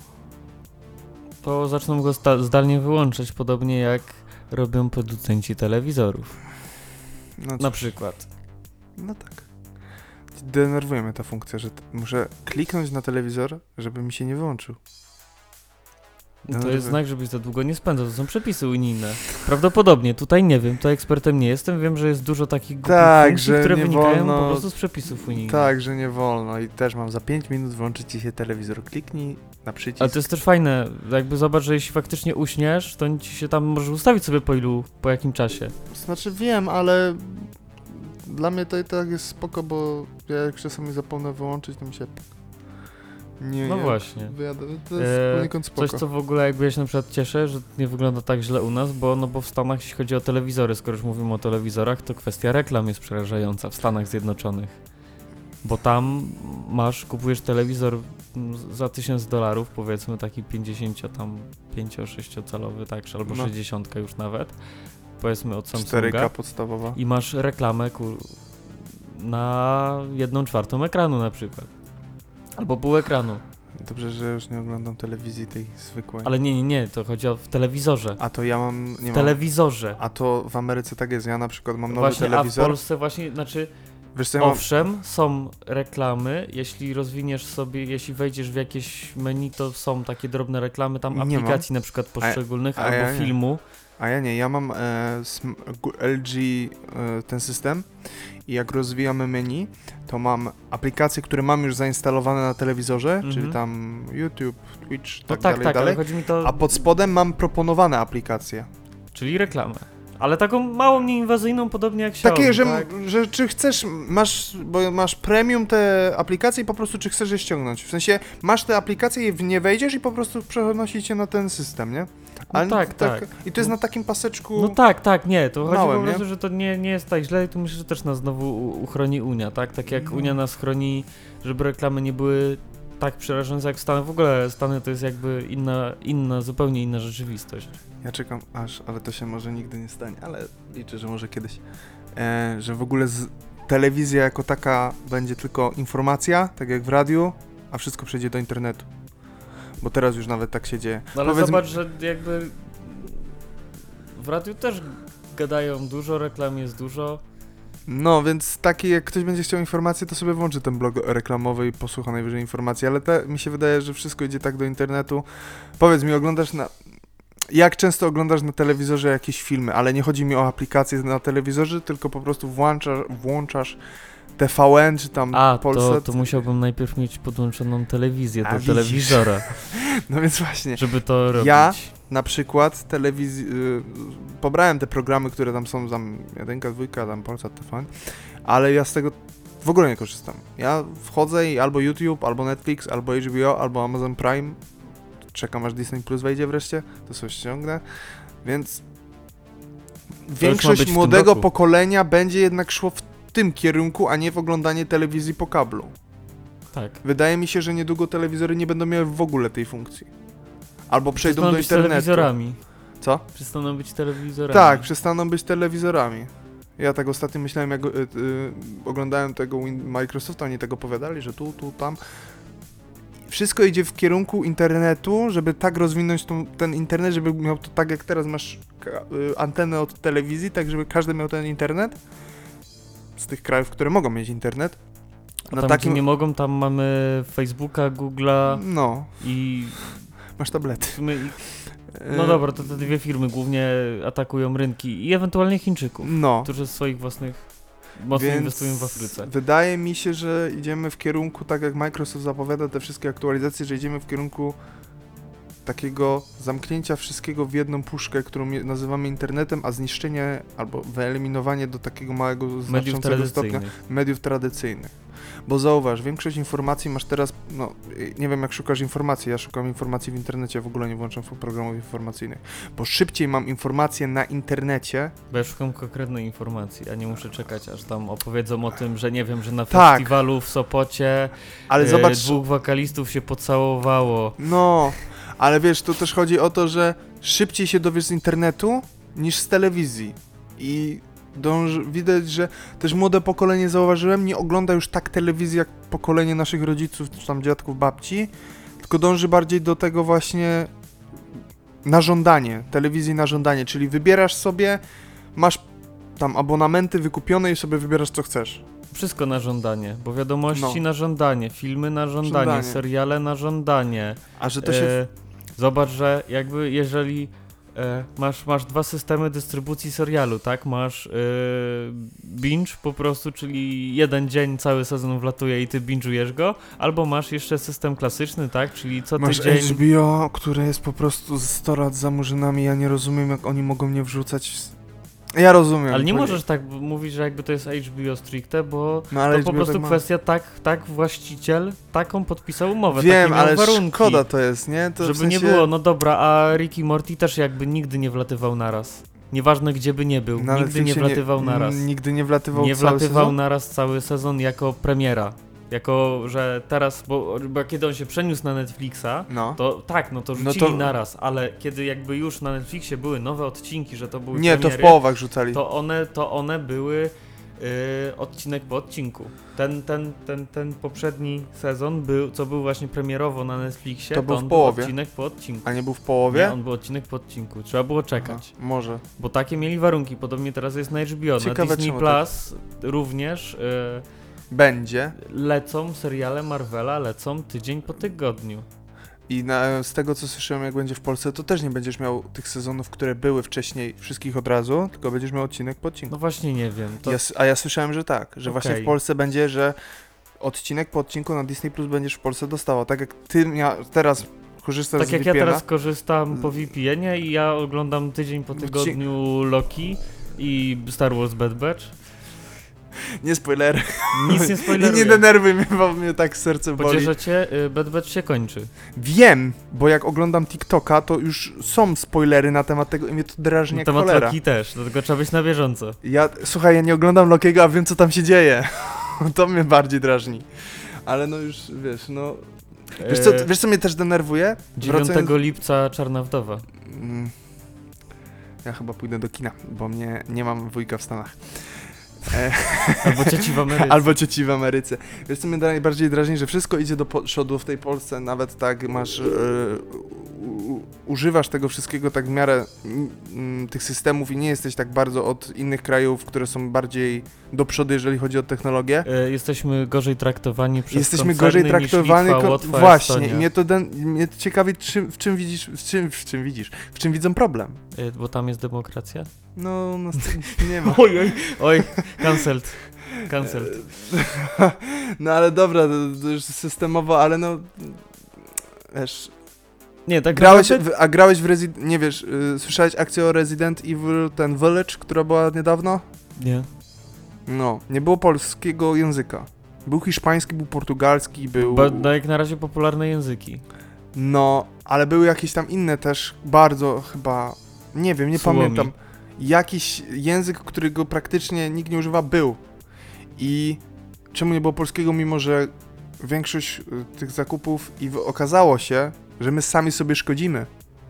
To zaczną go sta- zdalnie wyłączać, podobnie jak robią producenci telewizorów. No, Na cóż, przykład. no tak. Denerwuje mnie ta funkcja, że t- muszę kliknąć na telewizor, żeby mi się nie wyłączył. No, To jest żeby- znak, żebyś za długo nie spędzał, to są przepisy unijne. Prawdopodobnie, tutaj nie wiem, tutaj ekspertem nie jestem, wiem, że jest dużo takich głupich Tak, funkcji, że które nie wynikają wolno- po prostu z przepisów unijnych. Tak, że nie wolno i też mam za pięć minut włączyć ci się telewizor. Kliknij na przycisk. Ale to jest też fajne, jakby zobacz, że jeśli faktycznie uśniesz, to ci się tam możesz ustawić sobie po ilu, po jakim czasie. Znaczy wiem, ale dla mnie to i tak jest spoko, bo ja jak czasami zapomnę wyłączyć, to mi się nie, No nie właśnie. wyjadę. To jest Eee, poniekąd spoko. Coś, co w ogóle jakby ja się na przykład cieszę, że nie wygląda tak źle u nas, bo, no bo w Stanach, jeśli chodzi o telewizory, skoro już mówimy o telewizorach, to kwestia reklam jest przerażająca w Stanach Zjednoczonych. Bo tam masz, kupujesz telewizor mm, za tysiąc dolarów, powiedzmy taki pięćdziesiąt, tam pięć sześć calowy, tak, czy albo No. sześćdziesiąt już nawet, powiedzmy od cztery K Samsunga podstawowa. i masz reklamę kur... na jedną czwartą ekranu na przykład. Albo pół ekranu. Dobrze, że już nie oglądam telewizji tej zwykłej. Ale nie, nie, nie, to chodzi o w telewizorze. A to ja mam... Nie W mam. telewizorze. A to w Ameryce tak jest. Ja na przykład mam nowy Właśnie, a w telewizor. Polsce właśnie, znaczy, Wiesz co, ja mam... owszem, są reklamy, jeśli rozwiniesz sobie, jeśli wejdziesz w jakieś menu, to są takie drobne reklamy tam Nie mam. aplikacji na przykład poszczególnych, a albo ja nie. filmu. A ja nie, ja mam e, sm- gu- L G e, ten system i jak rozwijamy menu, to mam aplikacje, które mam już zainstalowane na telewizorze, Mhm. czyli tam YouTube, Twitch, No tak, tak, dalej, tak, dalej. ale chodzi mi to, A pod spodem mam proponowane aplikacje. czyli reklamę. Ale taką małą, nieinwazyjną, podobnie jak Xiaomi, Takie, że, tak? że czy chcesz, masz, bo masz premium te aplikacje i po prostu czy chcesz je ściągnąć. W sensie masz te aplikacje i w nie wejdziesz i po prostu przenosisz cię na ten system, nie? No tak, tak. I to jest na takim paseczku... No tak, tak, nie, to chodzi Małem, po prostu, nie? że to nie, nie jest tak źle i tu myślę, że też nas znowu u- uchroni Unia, tak? Tak jak No. Unia nas chroni, żeby reklamy nie były tak przerażające jak w Stanach. W ogóle Stany to jest jakby inna, inna, zupełnie inna rzeczywistość. Ja czekam aż, ale to się może nigdy nie stanie, ale liczę, że może kiedyś. E, że w ogóle z, telewizja jako taka będzie tylko informacja, tak jak w radiu, a wszystko przejdzie do internetu. Bo teraz już nawet tak się dzieje. No ale Powiedz mi- zobacz, że jakby w radiu też gadają dużo, reklam jest dużo. No, więc taki, jak ktoś będzie chciał informacji, to sobie włączy ten blog reklamowy i posłucha najwyżej informacji, ale te, mi się wydaje, że wszystko idzie tak do internetu. Powiedz mi, oglądasz na... Jak często oglądasz na telewizorze jakieś filmy, ale nie chodzi mi o aplikacje na telewizorze, tylko po prostu włączasz, włączasz T V N czy tam A, Polsat. to, to musiałbym najpierw mieć podłączoną telewizję A, do widzisz. telewizora, No więc właśnie, żeby to robić. Ja? na przykład telewizji... Yy, pobrałem te programy, które tam są, tam jedynka, dwójka, tam Polsat, T V N, ale ja z tego w ogóle nie korzystam. Ja wchodzę i albo YouTube, albo Netflix, albo H B O, albo Amazon Prime. Czekam aż Disney Plus wejdzie wreszcie, to sobie ściągnę, więc być większość w tym młodego roku. pokolenia będzie jednak szło w tym kierunku, a nie w oglądanie telewizji po kablu. Tak. Wydaje mi się, że niedługo telewizory nie będą miały w ogóle tej funkcji. Albo przejdą Przestaną do być internetu. telewizorami. Co? Przestaną być telewizorami. Tak, przestaną być telewizorami. Ja tak ostatnio myślałem, jak y, y, oglądałem tego Win- Microsoftu, oni tego opowiadali, że tu, tu, tam. Wszystko idzie w kierunku internetu, żeby tak rozwinąć tą, ten internet, żeby miał to tak jak teraz masz ka- y, antenę od telewizji, tak żeby każdy miał ten internet. Z tych krajów, które mogą mieć internet. A Na tam, takim... gdzie nie mogą, tam mamy Facebooka, Google'a No, i masz tablety. w sumie... No Y, dobra, to te dwie firmy głównie atakują rynki i ewentualnie Chińczyków, No. którzy z swoich własnych mocno Więc inwestują w Afryce. wydaje mi się, że idziemy w kierunku, tak jak Microsoft zapowiada te wszystkie aktualizacje, że idziemy w kierunku takiego zamknięcia wszystkiego w jedną puszkę, którą je- nazywamy internetem, a zniszczenie albo wyeliminowanie do takiego małego, Mediów znaczącego stopnia tradycyjnych. mediów tradycyjnych. Bo zauważ, większość informacji masz teraz, no nie wiem jak szukasz informacji, ja szukam informacji w internecie, w ogóle nie włączam programów informacyjnych, bo szybciej mam informacje na internecie. Bo ja szukam konkretnej informacji, a nie muszę czekać, aż tam opowiedzą o tym, że nie wiem, że na Tak. festiwalu w Sopocie Ale e, zobacz, dwóch wokalistów się pocałowało. no, ale wiesz, tu też chodzi o to, że szybciej się dowiesz z internetu niż z telewizji. I dąży, widać, że też młode pokolenie, zauważyłem, nie ogląda już tak telewizji jak pokolenie naszych rodziców, czy tam dziadków, babci, tylko dąży bardziej do tego właśnie na żądanie, telewizji na żądanie, czyli wybierasz sobie, masz tam abonamenty wykupione i sobie wybierasz co chcesz. Wszystko na żądanie, bo wiadomości No. na żądanie, filmy na żądanie, Żądanie. seriale na żądanie. A że to się... E, Zobacz, że jakby jeżeli e, masz, masz dwa systemy dystrybucji serialu, tak? Masz e, binge po prostu, czyli jeden dzień cały sezon wlatuje i ty binge'ujesz go, albo masz jeszcze system klasyczny, tak? Czyli co Masz tydzień... H B O, które jest po prostu sto lat za murzynami, ja nie rozumiem, jak oni mogą mnie wrzucać w... Ja rozumiem. Ale nie bo- możesz tak mówić, że jakby to jest H B O stricte, bo No, ale to po H B O prostu tak ma. kwestia tak, tak właściciel taką podpisał umowę, Wiem, takie miał ale warunki. szkoda to jest, nie? To w Żeby sensie... nie było, no dobra, a Rick i Morty też jakby nigdy nie wlatywał naraz. Nieważne gdzie by nie był, Na nigdy nie Netflixie wlatywał naraz. Nigdy nie wlatywał Nie cały wlatywał sezon? naraz cały sezon jako premiera. Jako, że teraz, bo, bo kiedy on się przeniósł na Netflixa, No. to tak, no to No rzucili to- naraz, ale kiedy jakby już na Netflixie były nowe odcinki, że to były Nie, to w premiery, połowach rzucali. to one, to one były yy, odcinek po odcinku. Ten, ten, ten, ten poprzedni sezon, był, co był właśnie premierowo na Netflixie, To był on w połowie? odcinek po odcinku. A nie był w połowie? Nie, on był odcinek po odcinku. Trzeba było czekać. Aha, może. Bo takie mieli warunki. Podobnie teraz jest na H B O. Ciekawe, na Disney czemu Plus również Będzie. yy, lecą seriale Marvela, lecą tydzień po tygodniu. I na, z tego, co słyszałem, jak będzie w Polsce, to też nie będziesz miał tych sezonów, które były wcześniej, wszystkich od razu, tylko będziesz miał odcinek po odcinku. No właśnie nie wiem. To... Ja, s- a ja słyszałem, że tak, że właśnie Okej. w Polsce będzie, że odcinek po odcinku na Disney Plus będziesz w Polsce dostawał. Tak jak ty mia- teraz korzystasz Tak z jak ja V P N-a. teraz korzystam po V P N-ie i ja oglądam tydzień po tygodniu Loki i Star Wars Bad Batch. Nie spoiler. Nic nie I spoileruję. nie denerwuj mnie, bo mnie tak serce boli. Pocieszę cię, y, Bad Batch się kończy. Wiem, bo jak oglądam TikToka, to już są spoilery na temat tego i mnie to drażni Na jak temat cholera. Loki też, dlatego trzeba być na bieżąco. Ja, słuchaj, ja nie oglądam Lokiego, a wiem, co tam się dzieje. To mnie bardziej drażni. Ale no już, wiesz, no... Wiesz co, E, wiesz, co mnie też denerwuje? dziewiątego lipca Czarna Wdowa. Mm, Ja chyba pójdę do kina, bo mnie nie mam wujka w Stanach. E, Albo cieci w Ameryce. Albo cioci w Ameryce. Wiesz, co mnie najbardziej drażni, że wszystko idzie do przodu w tej Polsce, nawet tak masz... E, u, u, używasz tego wszystkiego tak w miarę mm, tych systemów i nie jesteś tak bardzo od innych krajów, które są bardziej do przodu, jeżeli chodzi o technologię. E, jesteśmy gorzej traktowani przez Jesteśmy koncerny gorzej niż traktowani. Litwa, ko- Łotwa, Właśnie, Estonia. i mnie to den- mnie to ciekawi, czym, w czym widzisz, w czym, w czym widzisz, w czym widzą problem. E, bo tam jest demokracja? No, no nie ma. Oj, oj, oj, cancelled. Cancelled. No ale dobra, to, to już systemowo, ale no... Wiesz, Nie, tak grałeś, naprawdę- w, a grałeś w Resident... Nie wiesz, y, słyszałeś akcję o Resident Evil, ten Village, która była niedawno? Nie. No, nie było polskiego języka. Był hiszpański, był portugalski, był... Bo, no jak na razie popularne języki. No, ale były jakieś tam inne też, bardzo chyba... Nie wiem, nie Suomi. pamiętam. Jakiś język, którego praktycznie nikt nie używa, był. I czemu nie było polskiego, mimo że większość y, tych zakupów i w- okazało się, że my sami sobie szkodzimy.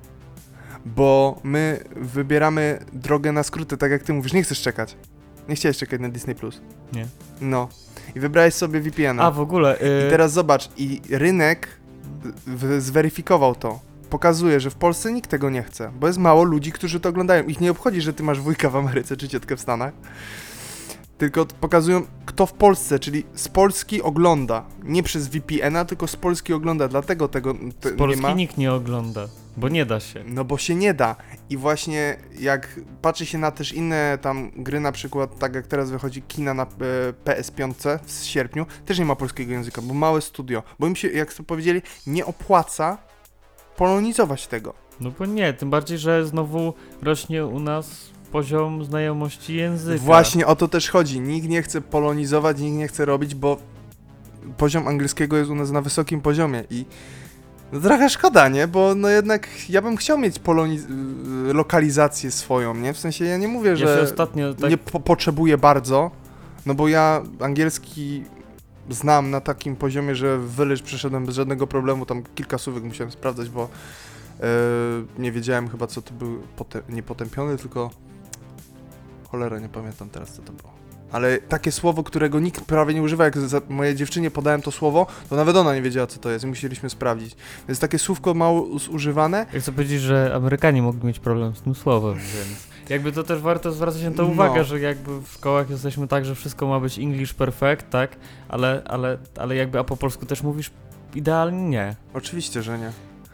Bo my wybieramy drogę na skróty, tak jak ty mówisz, nie chcesz czekać. Nie chciałeś czekać na Disney Plus. Nie. No. I wybrałeś sobie V P N-a. A w ogóle... y, I teraz zobacz, i rynek w- zweryfikował to. Pokazuje, że w Polsce nikt tego nie chce, bo jest mało ludzi, którzy to oglądają. Ich nie obchodzi, że ty masz wujka w Ameryce czy ciotkę w Stanach. Tylko t- pokazują, kto w Polsce, czyli z Polski ogląda. Nie przez V P N-a, tylko z Polski ogląda, dlatego tego te, z nie Polski ma. nikt nie ogląda, bo nie da się. No bo się nie da. I właśnie jak patrzy się na też inne tam gry, na przykład tak jak teraz wychodzi kina na e, P S pięć w sierpniu, też nie ma polskiego języka, bo małe studio. Bo im się, jak to powiedzieli, nie opłaca polonizować tego. No bo nie, tym bardziej, że znowu rośnie u nas poziom znajomości języka. Właśnie o to też chodzi. Nikt nie chce polonizować, nikt nie chce robić, bo poziom angielskiego jest u nas na wysokim poziomie i no trochę szkoda, nie? Bo no jednak ja bym chciał mieć poloniz- y, lokalizację swoją, nie? W sensie ja nie mówię, Ja się że ostatnio tak... nie po- potrzebuję bardzo, no bo ja angielski znam na takim poziomie, że w Village przeszedłem bez żadnego problemu, tam kilka słówek musiałem sprawdzać, bo e, nie wiedziałem chyba, co to był, pote- nie potępiony, tylko cholera, nie pamiętam teraz, co to było. Ale takie słowo, którego nikt prawie nie używa, jak za mojej dziewczynie podałem to słowo, to nawet ona nie wiedziała, co to jest i musieliśmy sprawdzić. Więc takie słówko mało zużywane. Ja chcę powiedzieć, że Amerykanie mogli mieć problem z tym słowem, więc jakby to też warto zwracać na to No. uwagę, że jakby w szkołach jesteśmy tak, że wszystko ma być English perfect, tak? Ale, ale, ale jakby, a po polsku też mówisz idealnie nie. Oczywiście, że nie.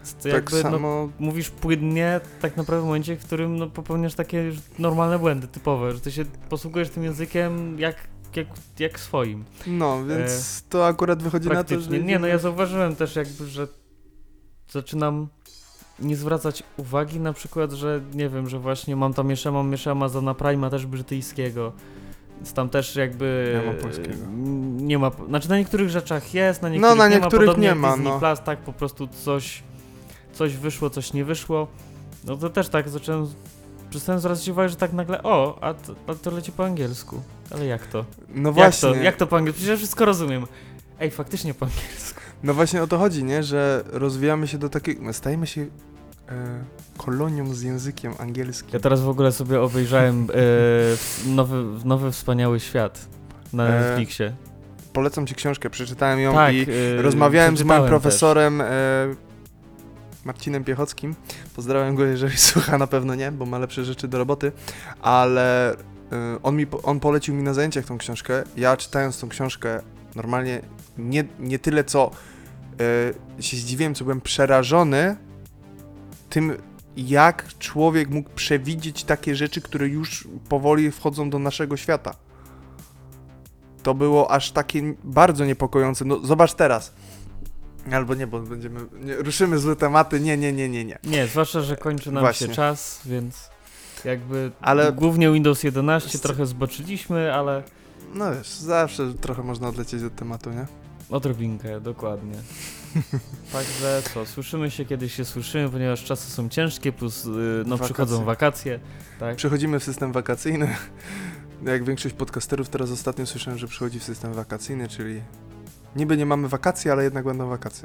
To tak jakby, no, samo... mówisz płynnie tak naprawdę w momencie, w którym no, popełniasz takie już normalne błędy typowe, że ty się posługujesz tym językiem jak, jak, jak swoim. No, więc to akurat wychodzi na to, że... Praktycznie. Nie, no ja zauważyłem też jakby, że zaczynam nie zwracać uwagi na przykład, że nie wiem, że właśnie mam tam jeszcze, mam jeszcze Amazona Prime'a też brytyjskiego. Więc tam też jakby... Nie ma polskiego. Nie ma, znaczy na niektórych rzeczach jest, na niektórych No, na nie niektórych ma, podobnie nie jak ma, Disney no. Plus, tak po prostu coś, coś wyszło, coś nie wyszło. No to też tak zacząłem, przestałem zwracać uwagę, że tak nagle, o, a to, a to leci po angielsku. Ale jak to? No Jak właśnie. to, jak to po angielsku? Przecież ja wszystko rozumiem. Ej, faktycznie po angielsku. No właśnie o to chodzi, nie? Że rozwijamy się do takiego... Stajemy się e, kolonią z językiem angielskim. Ja teraz w ogóle sobie obejrzałem e, nowy, nowy Wspaniały Świat na E, Netflixie. Polecam ci książkę, przeczytałem ją Tak, i e, rozmawiałem z moim przeczytałem profesorem e, Marcinem Piechockim. Pozdrawiam go, jeżeli słucha, na pewno nie, bo ma lepsze rzeczy do roboty, ale e, on, mi, po- on polecił mi na zajęciach tą książkę. Ja czytając tą książkę normalnie nie, nie tyle co e, się zdziwiłem, co byłem przerażony tym, jak człowiek mógł przewidzieć takie rzeczy, które już powoli wchodzą do naszego świata. To było aż takie bardzo niepokojące. No zobacz teraz. Albo nie, bo będziemy... Nie, ruszymy złe tematy. Nie, nie, nie, nie, nie. Nie, zwłaszcza, że kończy nam Właśnie. się czas, więc jakby Ale- głównie Windows jedenaście trochę zboczyliśmy, ale No wiesz, zawsze trochę można odlecieć od tematu, nie? odrobinkę, dokładnie. Także co, słyszymy się, kiedy się słyszymy, ponieważ czasy są ciężkie, plus yy, no Wakacje. przychodzą wakacje, tak? Przechodzimy w system wakacyjny. Jak większość podcasterów teraz ostatnio słyszałem, że przychodzi w system wakacyjny, czyli niby nie mamy wakacji, ale jednak będą wakacje.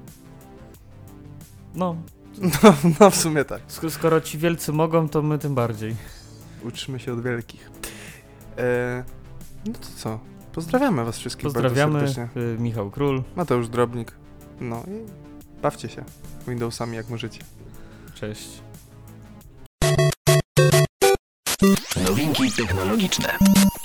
No, No, no w sumie tak. sk- skoro ci wielcy mogą, to my tym bardziej. Uczymy się od wielkich. E, no to co? Pozdrawiamy was wszystkich Pozdrawiamy, bardzo serdecznie. y, Michał Król, Mateusz Drobnik. No i bawcie się Windowsami jak możecie. cześć. Nowinki technologiczne.